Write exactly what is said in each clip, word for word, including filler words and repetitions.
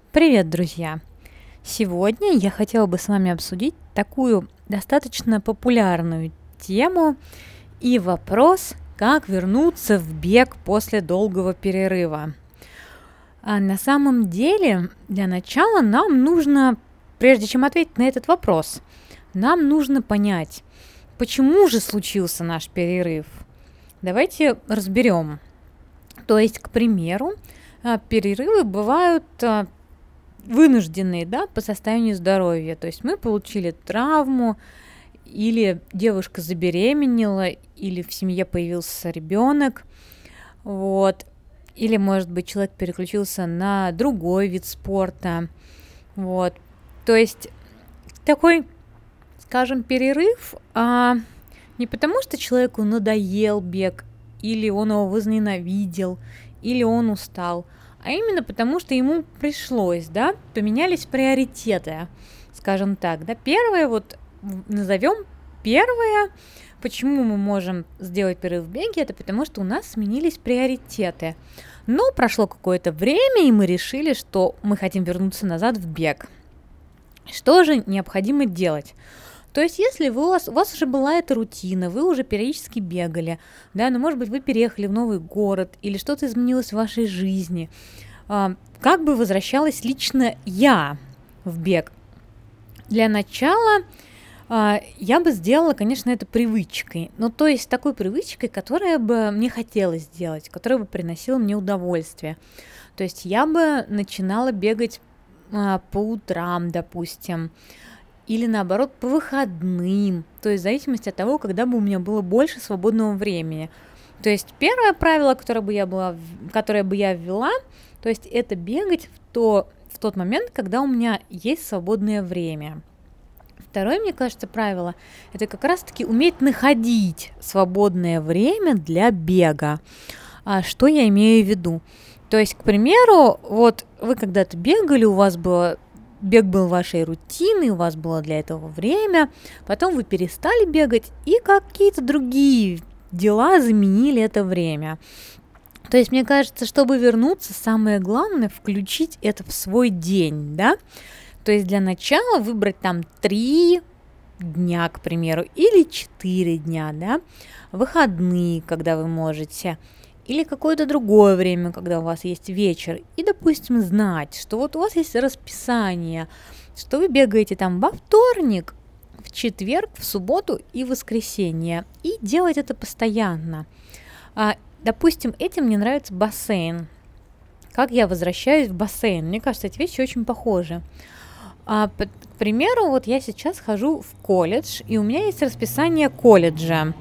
Привет, друзья! Сегодня я хотела бы с вами обсудить такую достаточно популярную тему и вопрос, как вернуться в бег после долгого перерыва. А на самом деле, для начала нам нужно, прежде чем ответить на этот вопрос, нам нужно понять, почему же случился наш перерыв. Давайте разберем. То есть, к примеру, а, перерывы бывают а, вынужденные, да, по состоянию здоровья. То есть мы получили травму, или девушка забеременела, или в семье появился ребенок, вот. Или, может быть, человек переключился на другой вид спорта, вот. То есть такой, скажем, перерыв, а, не потому что человеку надоел бег, или он его возненавидел, или он устал, а именно потому, что ему пришлось, да, поменялись приоритеты, скажем так, да. Первое, вот назовем первое, почему мы можем сделать перерыв в беге, это потому, что у нас сменились приоритеты. Но прошло какое-то время, и мы решили, что мы хотим вернуться назад в бег. Что же необходимо делать? То есть, если вы, у, вас, у вас уже была эта рутина, вы уже периодически бегали, да, но, может быть, вы переехали в новый город или что-то изменилось в вашей жизни, а, как бы возвращалась лично я в бег? Для начала а, я бы сделала, конечно, это привычкой, ну, то есть такой привычкой, которая бы мне хотелось сделать, которая бы приносила мне удовольствие. То есть я бы начинала бегать а, по утрам, допустим, или наоборот по выходным, то есть в зависимости от того, когда бы у меня было больше свободного времени. То есть первое правило, которое бы я, была, которое бы я ввела, то есть это бегать в, то, в тот момент, когда у меня есть свободное время. Второе, мне кажется, правило, это как раз-таки уметь находить свободное время для бега. А что я имею в виду? То есть, к примеру, вот вы когда-то бегали, у вас было бег был вашей рутиной, у вас было для этого время, потом вы перестали бегать, и какие-то другие дела заменили это время. То есть, мне кажется, чтобы вернуться, самое главное включить это в свой день, да? То есть для начала выбрать там три дня, к примеру, или четыре дня, да, выходные, когда вы можете, или какое-то другое время, когда у вас есть вечер, и, допустим, знать, что вот у вас есть расписание, что вы бегаете там во вторник, в четверг, в субботу и в воскресенье, и делать это постоянно. А, допустим, этим мне нравится бассейн. Как я возвращаюсь в бассейн? Мне кажется, эти вещи очень похожи. А, к примеру, вот я сейчас хожу в колледж, и у меня есть расписание колледжа,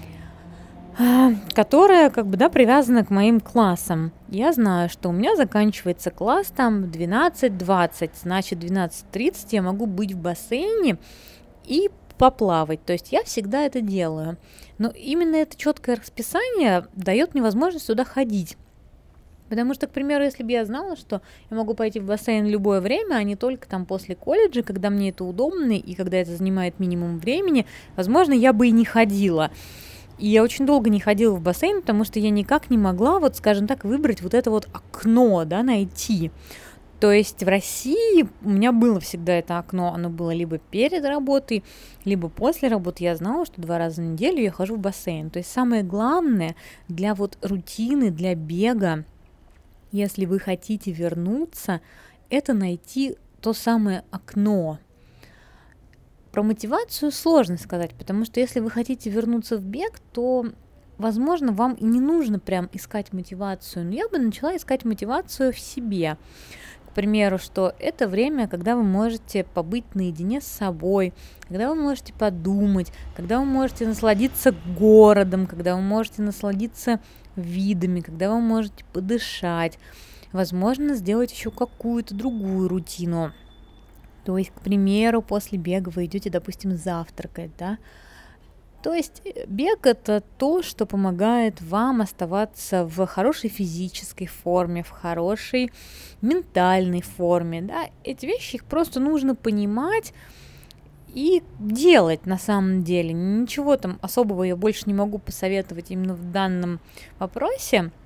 которая, как бы, да, привязана к моим классам. Я знаю, что у меня заканчивается класс там в двенадцать двадцать, значит, в двенадцать тридцать я могу быть в бассейне и поплавать. То есть я всегда это делаю. Но именно это четкое расписание дает мне возможность туда ходить. Потому что, к примеру, если бы я знала, что я могу пойти в бассейн в любое время, а не только там после колледжа, когда мне это удобно и когда это занимает минимум времени, возможно, я бы и не ходила. И я очень долго не ходила в бассейн, потому что я никак не могла, вот, скажем так, выбрать вот это вот окно, да, найти. То есть в России у меня было всегда это окно, оно было либо перед работой, либо после работы. Я знала, что два раза в неделю я хожу в бассейн. То есть самое главное для вот рутины, для бега, если вы хотите вернуться, это найти то самое окно. Про мотивацию сложно сказать, потому что если вы хотите вернуться в бег, то, возможно, вам и не нужно прям искать мотивацию. Но я бы начала искать мотивацию в себе. К примеру, что это время, когда вы можете побыть наедине с собой, когда вы можете подумать, когда вы можете насладиться городом, когда вы можете насладиться видами, когда вы можете подышать, возможно, сделать еще какую-то другую рутину. То есть, к примеру, после бега вы идете, допустим, завтракать, да. То есть бег – это то, что помогает вам оставаться в хорошей физической форме, в хорошей ментальной форме, да. Эти вещи, их просто нужно понимать и делать на самом деле. Ничего там особого я больше не могу посоветовать именно в данном вопросе.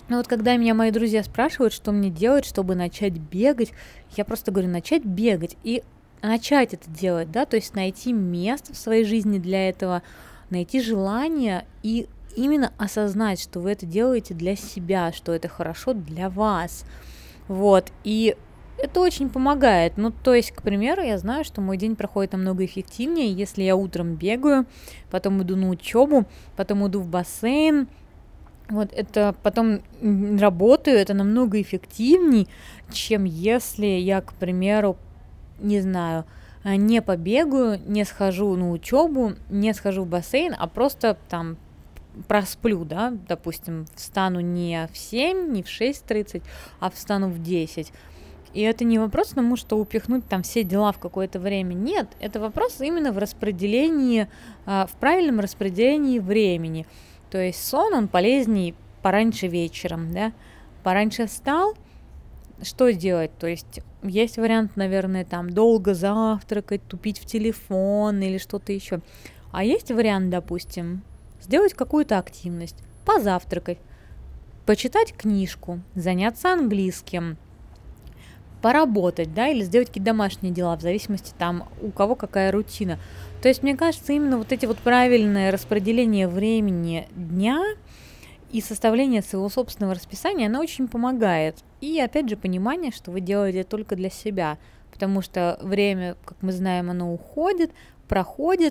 Но вот когда меня мои друзья спрашивают, что мне делать, чтобы начать бегать, я просто говорю: начать бегать и начать это делать, да, то есть найти место в своей жизни для этого, найти желание и именно осознать, что вы это делаете для себя, что это хорошо для вас. Вот, и это очень помогает. Ну, то есть, к примеру, я знаю, что мой день проходит намного эффективнее, если я утром бегаю, потом иду на учебу, потом иду в бассейн, вот это потом м, работаю, это намного эффективней, чем если я, к примеру, не знаю, а, не побегаю, не схожу на учебу, не схожу в бассейн, а просто там просплю, да, допустим, встану не в семь, не в шесть тридцать, а встану в десять. И это не вопрос к тому, что упихнуть там все дела в какое-то время. Нет, это вопрос именно в распределении, а, в правильном распределении времени. То есть сон, он полезней пораньше вечером, да. Пораньше встал, что делать? То есть есть вариант, наверное, там долго завтракать, тупить в телефон или что-то еще. А есть вариант, допустим, сделать какую-то активность, позавтракать, почитать книжку, заняться английским, поработать, да, или сделать какие-то домашние дела, в зависимости там у кого какая рутина. То есть, мне кажется, именно вот эти вот правильное распределение времени дня и составление своего собственного расписания, оно очень помогает. И опять же понимание, что вы делаете только для себя, потому что время, как мы знаем, оно уходит, проходит,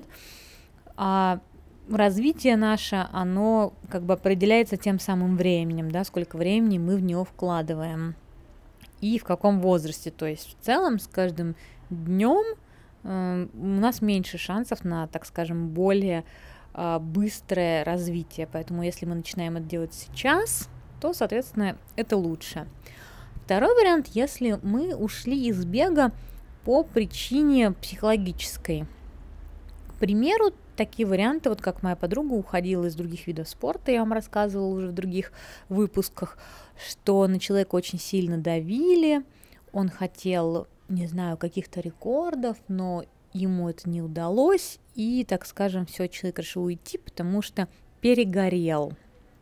а развитие наше, оно как бы определяется тем самым временем, да, сколько времени мы в него вкладываем и в каком возрасте. То есть в целом с каждым днем э, у нас меньше шансов на, так скажем, более э, быстрое развитие. Поэтому если мы начинаем это делать сейчас, то, соответственно, это лучше. Второй вариант, если мы ушли из бега по причине психологической. К примеру, такие варианты, вот как моя подруга уходила из других видов спорта, я вам рассказывала уже в других выпусках, что на человека очень сильно давили, он хотел, не знаю, каких-то рекордов, но ему это не удалось, и, так скажем, все, человек решил уйти, потому что перегорел.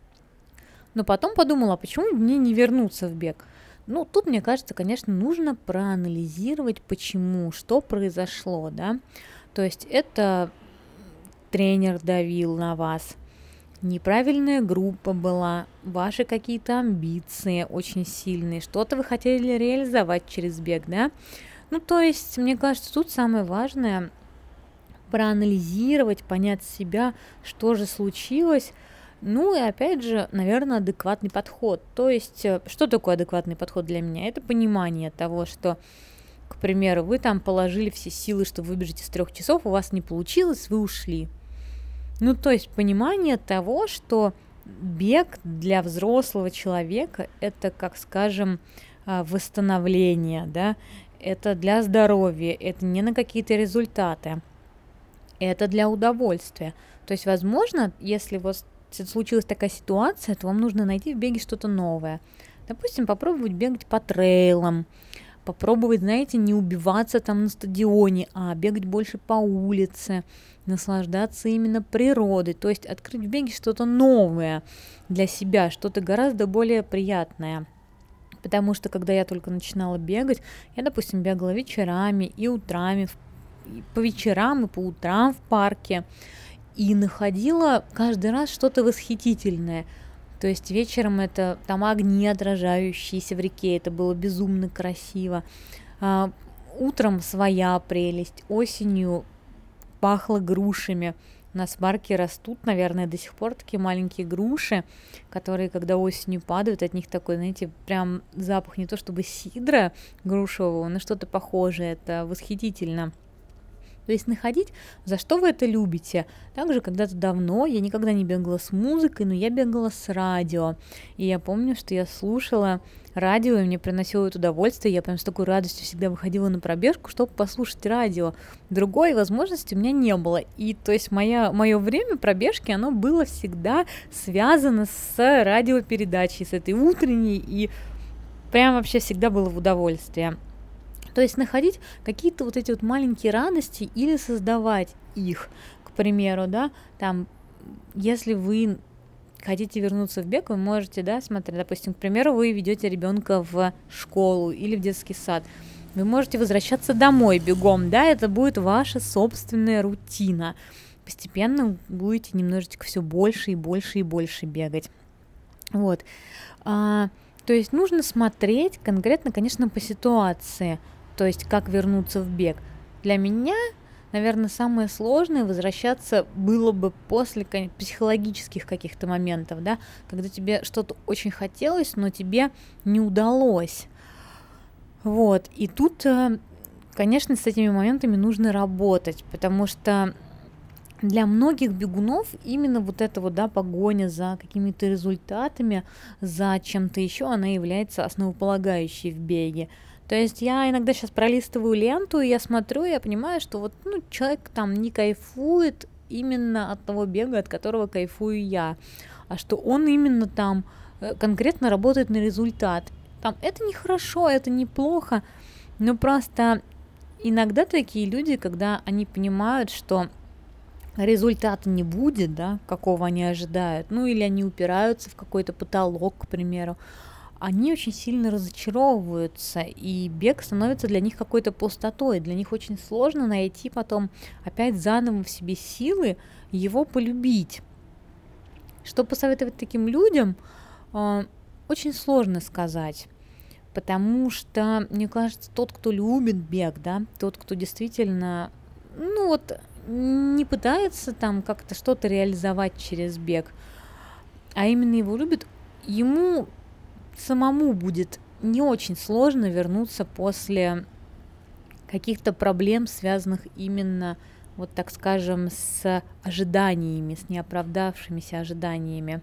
Но потом подумала, почему мне не вернуться в бег? Ну, тут, мне кажется, конечно, нужно проанализировать, почему, что произошло, да. То есть это тренер давил на вас, неправильная группа была, ваши какие-то амбиции очень сильные, что-то вы хотели реализовать через бег, да. Ну, то есть, мне кажется, тут самое важное проанализировать, понять себя, что же случилось. Ну и опять же, наверное, адекватный подход. То есть, что такое адекватный подход для меня? Это понимание того, что, к примеру, вы там положили все силы, чтобы выбежать из трех часов, у вас не получилось, вы ушли. Ну, то есть понимание того, что бег для взрослого человека – это, как скажем, восстановление, да, это для здоровья, это не на какие-то результаты, это для удовольствия. То есть, возможно, если у вас случилась такая ситуация, то вам нужно найти в беге что-то новое. Допустим, попробовать бегать по трейлам, попробовать, знаете, не убиваться там на стадионе, а бегать больше по улице, наслаждаться именно природой, то есть открыть в беге что-то новое для себя, что-то гораздо более приятное. Потому что, когда я только начинала бегать, я, допустим, бегала вечерами и утрами, и по вечерам и по утрам в парке, и находила каждый раз что-то восхитительное. То есть вечером это там огни, отражающиеся в реке, это было безумно красиво. А, утром своя прелесть, осенью пахло грушами. У нас в парке растут, наверное, до сих пор такие маленькие груши, которые, когда осенью падают, от них такой, знаете, прям запах не то чтобы сидра грушевого, но что-то похожее, это восхитительно. То есть находить, за что вы это любите. Также когда-то давно я никогда не бегала с музыкой, но я бегала с радио. И я помню, что я слушала радио, и мне приносило это удовольствие. Я прям с такой радостью всегда выходила на пробежку, чтобы послушать радио. Другой возможности у меня не было. И то есть моя, мое время пробежки, оно было всегда связано с радиопередачей, с этой утренней. И прям вообще всегда было в удовольствие. То есть находить какие-то вот эти вот маленькие радости или создавать их, к примеру, да, там, если вы хотите вернуться в бег, вы можете, да, смотреть, допустим, к примеру, вы ведете ребенка в школу или в детский сад. Вы можете возвращаться домой бегом, да, это будет ваша собственная рутина. Постепенно будете немножечко все больше и больше и больше бегать. Вот. А, то есть нужно смотреть конкретно, конечно, по ситуации, то есть как вернуться в бег. Для меня, наверное, самое сложное возвращаться было бы после психологических каких-то моментов, да, когда тебе что-то очень хотелось, но тебе не удалось. Вот, и тут, конечно, с этими моментами нужно работать, потому что для многих бегунов именно вот эта вот, да, погоня за какими-то результатами, за чем-то еще, она является основополагающей в беге. То есть я иногда сейчас пролистываю ленту, и я смотрю, и я понимаю, что вот, ну, человек там не кайфует именно от того бега, от которого кайфую я, а что он именно там конкретно работает на результат. Там это не хорошо, это неплохо, но просто иногда такие люди, когда они понимают, что результата не будет, да, какого они ожидают, ну или они упираются в какой-то потолок, к примеру, они очень сильно разочаровываются, и бег становится для них какой-то пустотой, для них очень сложно найти потом опять заново в себе силы его полюбить. Что посоветовать таким людям, очень сложно сказать, потому что, мне кажется, тот, кто любит бег, да, тот, кто действительно, ну вот, не пытается там как-то что-то реализовать через бег, а именно его любит, ему самому будет не очень сложно вернуться после каких-то проблем, связанных именно, вот так скажем, с ожиданиями, с неоправдавшимися ожиданиями.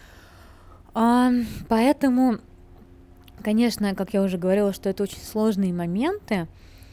А, поэтому, конечно, как я уже говорила, что это очень сложные моменты,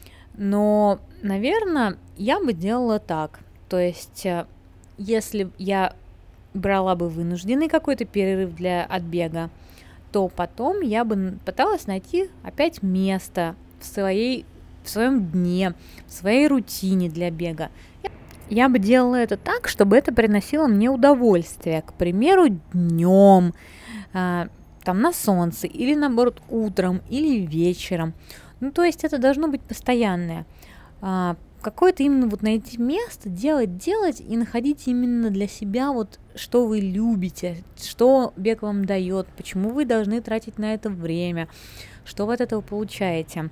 но, наверное, я бы делала так. То есть, если я брала бы вынужденный какой-то перерыв для отбега, то потом я бы пыталась найти опять место в своей, в своем дне, в своей рутине для бега. Я бы делала это так, чтобы это приносило мне удовольствие. К примеру, днем, э, там на солнце, или наоборот утром, или вечером. Ну, то есть это должно быть постоянное. А, какое-то именно вот найти место, делать, делать и находить именно для себя вот, что вы любите, что бег вам дает, почему вы должны тратить на это время, что вы от этого получаете.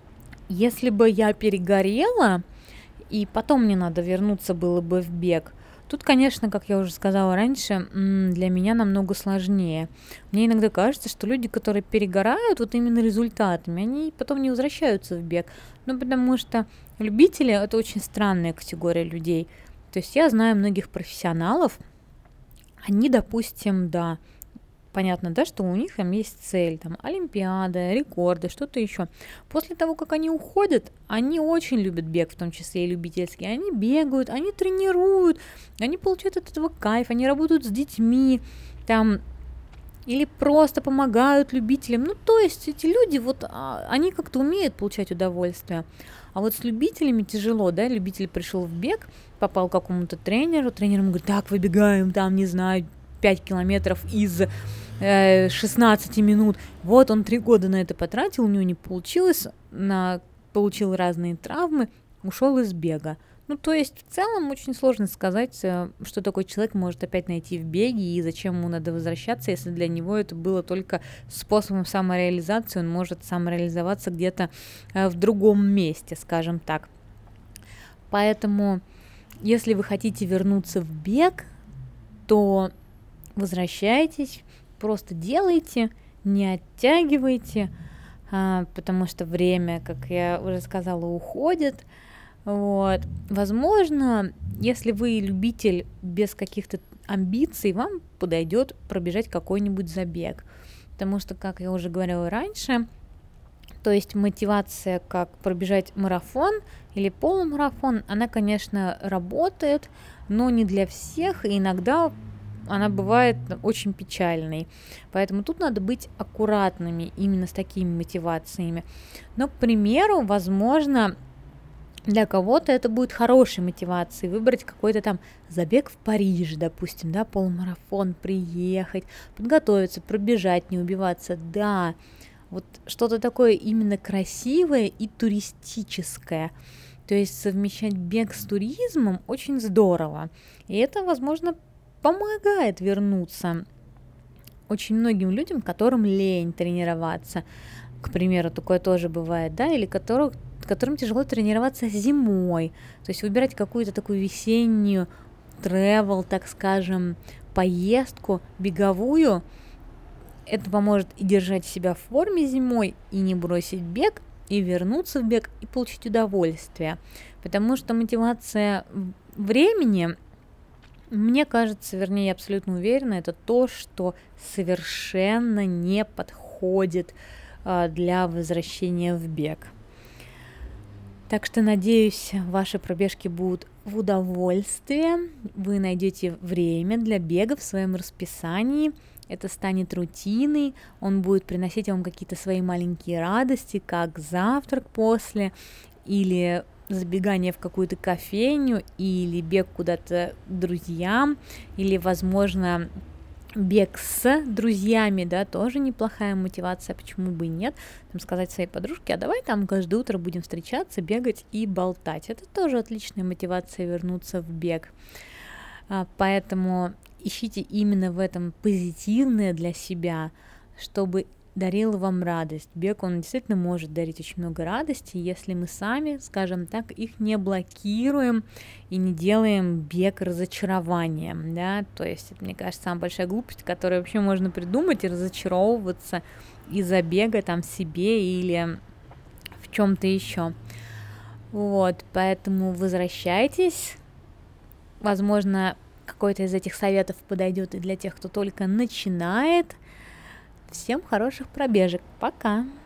Если бы я перегорела, и потом мне надо вернуться было бы в бег, тут, конечно, как я уже сказала раньше, для меня намного сложнее. Мне иногда кажется, что люди, которые перегорают вот именно результатами, они потом не возвращаются в бег. Ну, потому что любители – это очень странная категория людей. То есть я знаю многих профессионалов, они, допустим, да, понятно, да, что у них там есть цель, там, олимпиада, рекорды, что-то еще. После того, как они уходят, они очень любят бег, в том числе и любительский. Они бегают, они тренируют, они получают от этого кайф, они работают с детьми, там, или просто помогают любителям. Ну, то есть эти люди, вот, они как-то умеют получать удовольствие. А вот с любителями тяжело, да, любитель пришел в бег, попал к какому-то тренеру, тренер ему говорит, так, выбегаем, там, не знаю, пять километров из э, шестнадцати минут. Вот он три года на это потратил, у него не получилось, на, получил разные травмы, ушел из бега. Ну, то есть, в целом, очень сложно сказать, что такой человек может опять найти в беге и зачем ему надо возвращаться, если для него это было только способом самореализации, он может самореализоваться где-то в другом месте, скажем так. Поэтому, если вы хотите вернуться в бег, то возвращайтесь, просто делайте, не оттягивайте, потому что время, как я уже сказала, уходит. Вот. Возможно, если вы любитель без каких-то амбиций, вам подойдет пробежать какой-нибудь забег. Потому что, как я уже говорила раньше, то есть мотивация, как пробежать марафон или полумарафон, она, конечно, работает, но не для всех, и иногда она бывает очень печальной. Поэтому тут надо быть аккуратными именно с такими мотивациями. Но, к примеру, возможно, Для кого-то это будет хорошей мотивацией выбрать какой-то там забег в Париж, допустим, да, полумарафон, приехать, подготовиться, пробежать, не убиваться. Да, вот что-то такое именно красивое и туристическое. То есть совмещать бег с туризмом очень здорово. И это, возможно, помогает вернуться очень многим людям, которым лень тренироваться. К примеру, такое тоже бывает, да, или которых, которым тяжело тренироваться зимой. То есть выбирать какую-то такую весеннюю travel, так скажем, поездку беговую. Это поможет и держать себя в форме зимой, и не бросить бег, и вернуться в бег, и получить удовольствие. Потому что мотивация времени, мне кажется, вернее, я абсолютно уверена, это то, что совершенно не подходит а, для возвращения в бег. Так что, надеюсь, ваши пробежки будут в удовольствие, вы найдете время для бега в своем расписании, это станет рутиной, он будет приносить вам какие-то свои маленькие радости, как завтрак после, или забегание в какую-то кофейню, или бег куда-то к друзьям, или, возможно, бег с друзьями, да, тоже неплохая мотивация, почему бы и нет, там сказать своей подружке, а давай там каждое утро будем встречаться, бегать и болтать, это тоже отличная мотивация вернуться в бег, а, поэтому ищите именно в этом позитивное для себя, чтобы дарил вам радость. Бег, он действительно может дарить очень много радости, если мы сами, скажем так, их не блокируем и не делаем бег разочарованием, да, то есть это, мне кажется, самая большая глупость, которую вообще можно придумать, и разочаровываться из-за бега там в себе или в чем-то еще. Вот, поэтому возвращайтесь, возможно, какой-то из этих советов подойдет и для тех, кто только начинает. Всем хороших пробежек. Пока!